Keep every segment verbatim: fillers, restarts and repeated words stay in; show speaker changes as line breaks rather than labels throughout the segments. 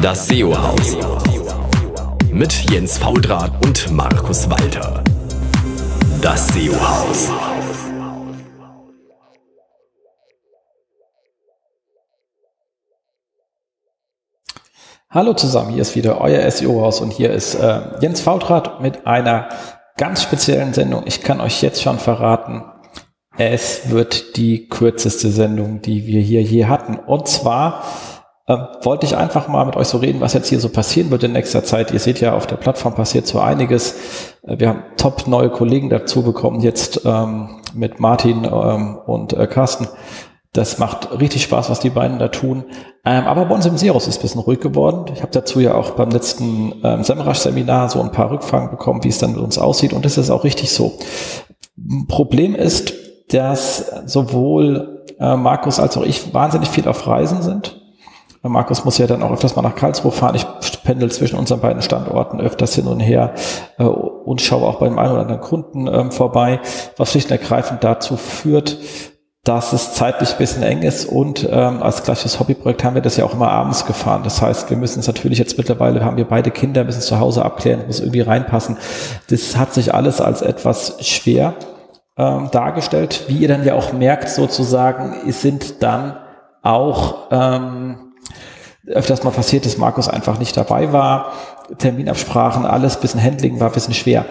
Das S E O-Haus mit Jens Faudrat und Markus Walter. Das S E O-Haus.
Hallo zusammen, hier ist wieder euer S E O-Haus und hier ist äh, Jens Faudrat mit einer ganz speziellen Sendung. Ich kann euch jetzt schon verraten, es wird die kürzeste Sendung, die wir hier je hatten. Und zwar äh, wollte ich einfach mal mit euch so reden, was jetzt hier so passieren wird in nächster Zeit. Ihr seht ja, auf der Plattform passiert so einiges. Äh, wir haben top neue Kollegen dazu bekommen, jetzt ähm, mit Martin ähm, und äh, Carsten. Das macht richtig Spaß, was die beiden da tun. Ähm, aber bei uns im S E O ist es ein bisschen ruhig geworden. Ich habe dazu ja auch beim letzten ähm, Semrush-Seminar so ein paar Rückfragen bekommen, wie es dann mit uns aussieht. Und das ist auch richtig so. Problem ist, dass sowohl äh, Markus als auch ich wahnsinnig viel auf Reisen sind. Markus muss ja dann auch öfters mal nach Karlsruhe fahren. Ich pendel zwischen unseren beiden Standorten öfters hin und her äh, und schaue auch beim einen oder anderen Kunden ähm, vorbei, was schlicht und ergreifend dazu führt, dass es zeitlich ein bisschen eng ist und ähm, als gleiches Hobbyprojekt haben wir das ja auch immer abends gefahren. Das heißt, wir müssen es natürlich jetzt mittlerweile, haben wir beide Kinder, müssen zu Hause abklären, muss irgendwie reinpassen. Das hat sich alles als etwas schwer ähm, dargestellt. Wie ihr dann ja auch merkt, sozusagen, es sind dann auch ähm, öfters mal passiert, dass Markus einfach nicht dabei war. Terminabsprachen, alles, bisschen Handling war ein bisschen schwer.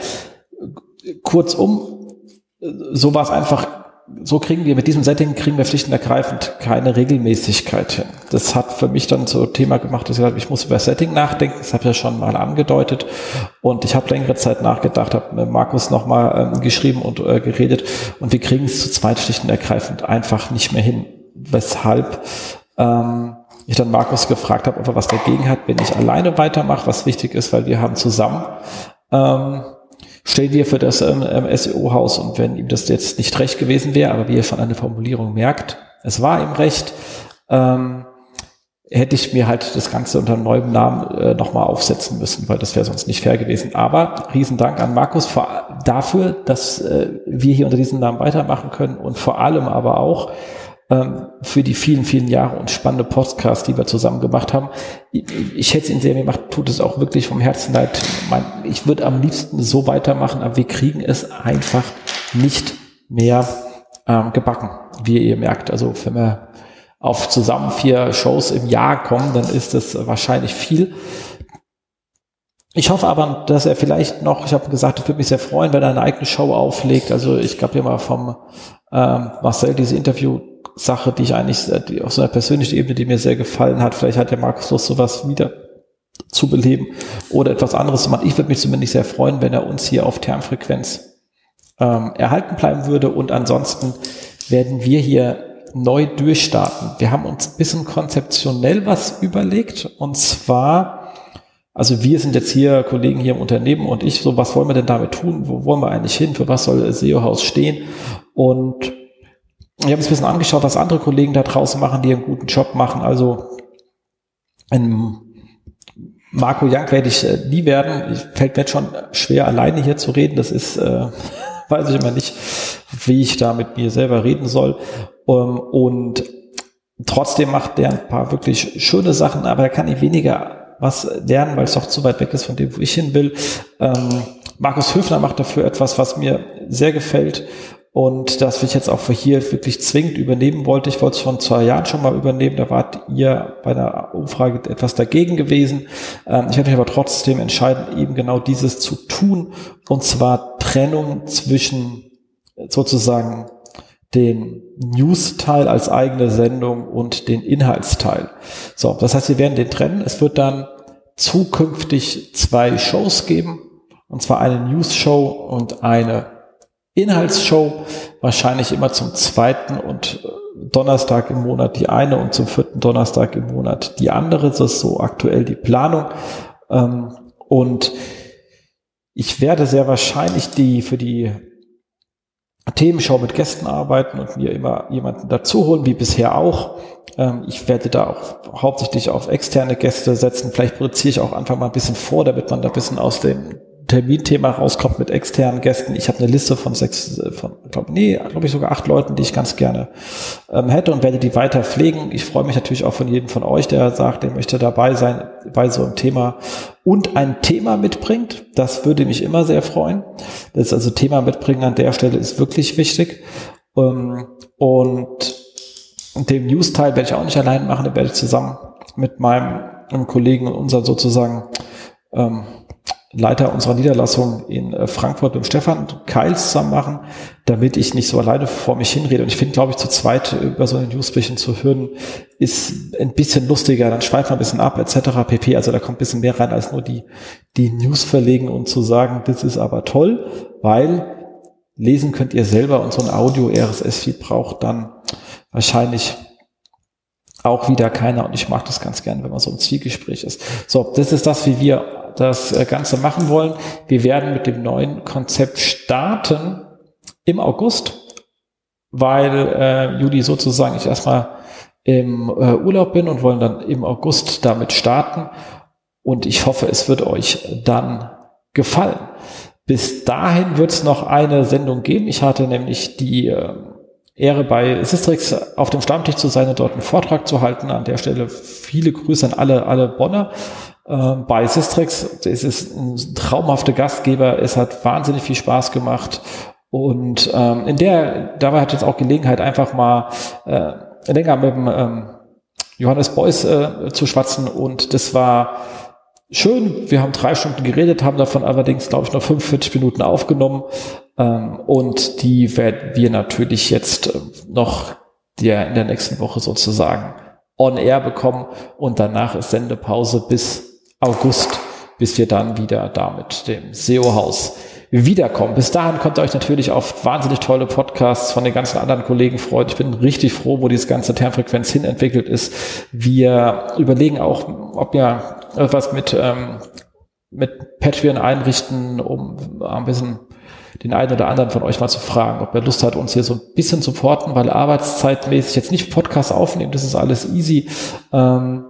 Kurzum, so war es einfach. So kriegen wir, mit diesem Setting kriegen wir schlicht und ergreifend keine Regelmäßigkeit hin. Das hat für mich dann so ein Thema gemacht, dass ich gesagt habe, ich muss über Setting nachdenken. Das habe ich ja schon mal angedeutet. Und ich habe längere Zeit nachgedacht, habe mit Markus nochmal ähm, geschrieben und äh, geredet. Und wir kriegen es zu zweit schlicht und ergreifend einfach nicht mehr hin. Weshalb ähm, ich dann Markus gefragt habe, ob er was dagegen hat, wenn ich alleine weitermache, was wichtig ist, weil wir haben zusammen ähm, stellen wir für das ähm, S E O-Haus, und wenn ihm das jetzt nicht recht gewesen wäre, aber wie ihr schon an der Formulierung merkt, es war ihm recht, ähm, hätte ich mir halt das Ganze unter einem neuen Namen äh, nochmal aufsetzen müssen, weil das wäre sonst nicht fair gewesen. Aber Riesendank an Markus vor, dafür, dass äh, wir hier unter diesem Namen weitermachen können und vor allem aber auch ähm, für die vielen, vielen Jahre und spannende Podcasts, die wir zusammen gemacht haben. Ich, ich hätte es Ihnen sehr gemacht, tut es auch wirklich vom Herzen leid. Mein, ich würde am liebsten so weitermachen, aber wir kriegen es einfach nicht mehr ähm, gebacken, wie ihr merkt. Also wenn wir auf zusammen vier Shows im Jahr kommen, dann ist das wahrscheinlich viel. Ich hoffe aber, dass er vielleicht noch, ich habe gesagt, ich würde mich sehr freuen, wenn er eine eigene Show auflegt. Also ich gab ja mal vom ähm, Marcel diese Interview-Sache, die ich eigentlich die auf so einer persönlichen Ebene, die mir sehr gefallen hat. Vielleicht hat der Markus Lust, sowas wieder zu beleben oder etwas anderes zu machen. Ich würde mich zumindest sehr freuen, wenn er uns hier auf Termfrequenz ähm, erhalten bleiben würde. Und ansonsten werden wir hier neu durchstarten. Wir haben uns ein bisschen konzeptionell was überlegt, und zwar, also wir sind jetzt hier, Kollegen hier im Unternehmen und ich, so, was wollen wir denn damit tun? Wo wollen wir eigentlich hin? Für was soll S E O-Haus stehen? Und ich habe uns ein bisschen angeschaut, was andere Kollegen da draußen machen, die einen guten Job machen. Also ein Marco Young werde ich äh, nie werden. Ich, fällt mir jetzt schon schwer, alleine hier zu reden. Das ist, äh, weiß ich immer nicht, wie ich da mit mir selber reden soll. Um, und trotzdem macht der ein paar wirklich schöne Sachen, aber er kann nicht weniger was lernen, weil es doch zu weit weg ist von dem, wo ich hin will. Ähm, Markus Höfner macht dafür etwas, was mir sehr gefällt und das ich jetzt auch für hier wirklich zwingend übernehmen wollte. Ich wollte es vor zwei Jahren schon mal übernehmen, da wart ihr bei einer Umfrage etwas dagegen gewesen. Ähm, ich werde mich aber trotzdem entscheiden, eben genau dieses zu tun, und zwar Trennung zwischen sozusagen den News-Teil als eigene Sendung und den Inhaltsteil. So, das heißt, wir werden den trennen. Es wird dann zukünftig zwei Shows geben, und zwar eine News-Show und eine Inhaltsshow, wahrscheinlich immer zum zweiten und Donnerstag im Monat die eine und zum vierten Donnerstag im Monat die andere. Das ist so aktuell die Planung. Und ich werde sehr wahrscheinlich die für die Themenschau mit Gästen arbeiten und mir immer jemanden dazu holen, wie bisher auch. Ähm, ich werde da auch hauptsächlich auf externe Gäste setzen. Vielleicht produziere ich auch einfach mal ein bisschen vor, damit man da ein bisschen aus dem Terminthema rauskommt mit externen Gästen. Ich habe eine Liste von sechs, von, glaub, nee, glaube ich sogar acht Leuten, die ich ganz gerne ähm, hätte und werde die weiter pflegen. Ich freue mich natürlich auch von jedem von euch, der sagt, der möchte dabei sein bei so einem Thema und ein Thema mitbringt. Das würde mich immer sehr freuen. Das ist also Thema mitbringen an der Stelle ist wirklich wichtig. Ähm, und den News-Teil werde ich auch nicht allein machen, den werde ich zusammen mit meinem, meinem Kollegen und unser sozusagen ähm, Leiter unserer Niederlassung in äh, Frankfurt mit Stefan Keil zusammen machen, damit ich nicht so alleine vor mich hinrede. Und ich finde, glaube ich, zu zweit über so eine Newsberichten zu hören, ist ein bisschen lustiger, dann schweift man ein bisschen ab, et cetera pp. Also da kommt ein bisschen mehr rein, als nur die, die News verlegen und zu sagen, das ist aber toll, weil lesen könnt ihr selber und so ein Audio-R S S-Feed braucht dann wahrscheinlich auch wieder keiner. Und ich mag das ganz gern, wenn man so im Zielgespräch ist. So, das ist das, wie wir das Ganze machen wollen. Wir werden mit dem neuen Konzept starten im August, weil äh, Juli sozusagen ich erstmal im äh, Urlaub bin und wollen dann im August damit starten. Und ich hoffe, es wird euch dann gefallen. Bis dahin wird es noch eine Sendung geben. Ich hatte nämlich die äh, Ehre, bei Sistrix auf dem Stammtisch zu sein und dort einen Vortrag zu halten. An der Stelle viele Grüße an alle, alle Bonner. Bei Sistrix, es ist ein traumhafter Gastgeber, es hat wahnsinnig viel Spaß gemacht und ähm, in der, dabei hat jetzt auch Gelegenheit, einfach mal äh, länger mit dem ähm, Johannes Beuys äh, zu schwatzen und das war schön. Wir haben drei Stunden geredet, haben davon allerdings, glaube ich, noch fünfundvierzig Minuten aufgenommen ähm, und die werden wir natürlich jetzt äh, noch der, in der nächsten Woche sozusagen on air bekommen und danach ist Sendepause bis August, bis wir dann wieder da mit dem S E O-Haus wiederkommen. Bis dahin könnt ihr euch natürlich auf wahnsinnig tolle Podcasts von den ganzen anderen Kollegen freuen. Ich bin richtig froh, wo dieses ganze Termfrequenz hin entwickelt ist. Wir überlegen auch, ob wir etwas mit, ähm, mit Patreon einrichten, um ein bisschen den einen oder anderen von euch mal zu fragen, ob er Lust hat, uns hier so ein bisschen zu supporten, weil arbeitszeitmäßig jetzt nicht Podcasts aufnehmen, das ist alles easy. Ähm,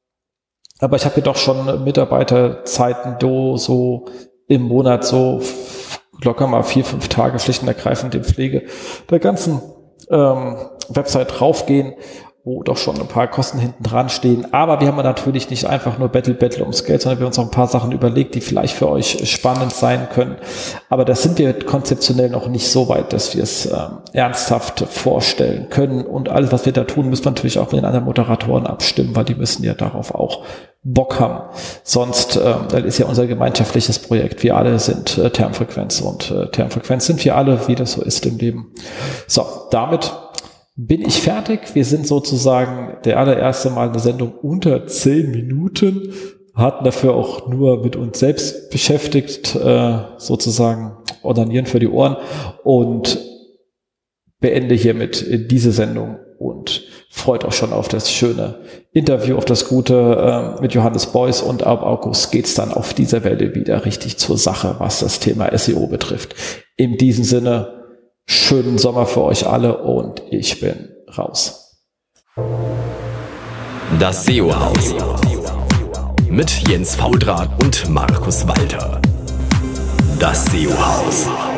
aber ich habe hier doch schon Mitarbeiterzeiten do, so im Monat so locker mal vier, fünf Tage schlicht und ergreifend in Pflege der ganzen ähm, Website draufgehen, wo doch schon ein paar Kosten hinten dran stehen. Aber wir haben natürlich nicht einfach nur Battle, Battle ums Geld, sondern wir haben uns auch ein paar Sachen überlegt, die vielleicht für euch spannend sein können. Aber da sind wir konzeptionell noch nicht so weit, dass wir es ähm, ernsthaft vorstellen können. Und alles, was wir da tun, müssen wir natürlich auch mit den anderen Moderatoren abstimmen, weil die müssen ja darauf auch Bock haben. Sonst, äh, das ist ja unser gemeinschaftliches Projekt. Wir alle sind äh, Termfrequenz und äh, Termfrequenz sind wir alle, wie das so ist im Leben. So, damit bin ich fertig. Wir sind sozusagen der allererste Mal eine Sendung unter zehn Minuten, hatten dafür auch nur mit uns selbst beschäftigt, äh, sozusagen ordinieren für die Ohren und beende hiermit diese Sendung und freut euch schon auf das schöne Interview, auf das Gute äh, mit Johannes Beuys und ab August geht's dann auf dieser Welle wieder richtig zur Sache, was das Thema S E O betrifft. In diesem Sinne, schönen Sommer für euch alle und ich bin raus.
Das S E O-Haus mit Jens Faudrat und Markus Walter. Das S E O-Haus.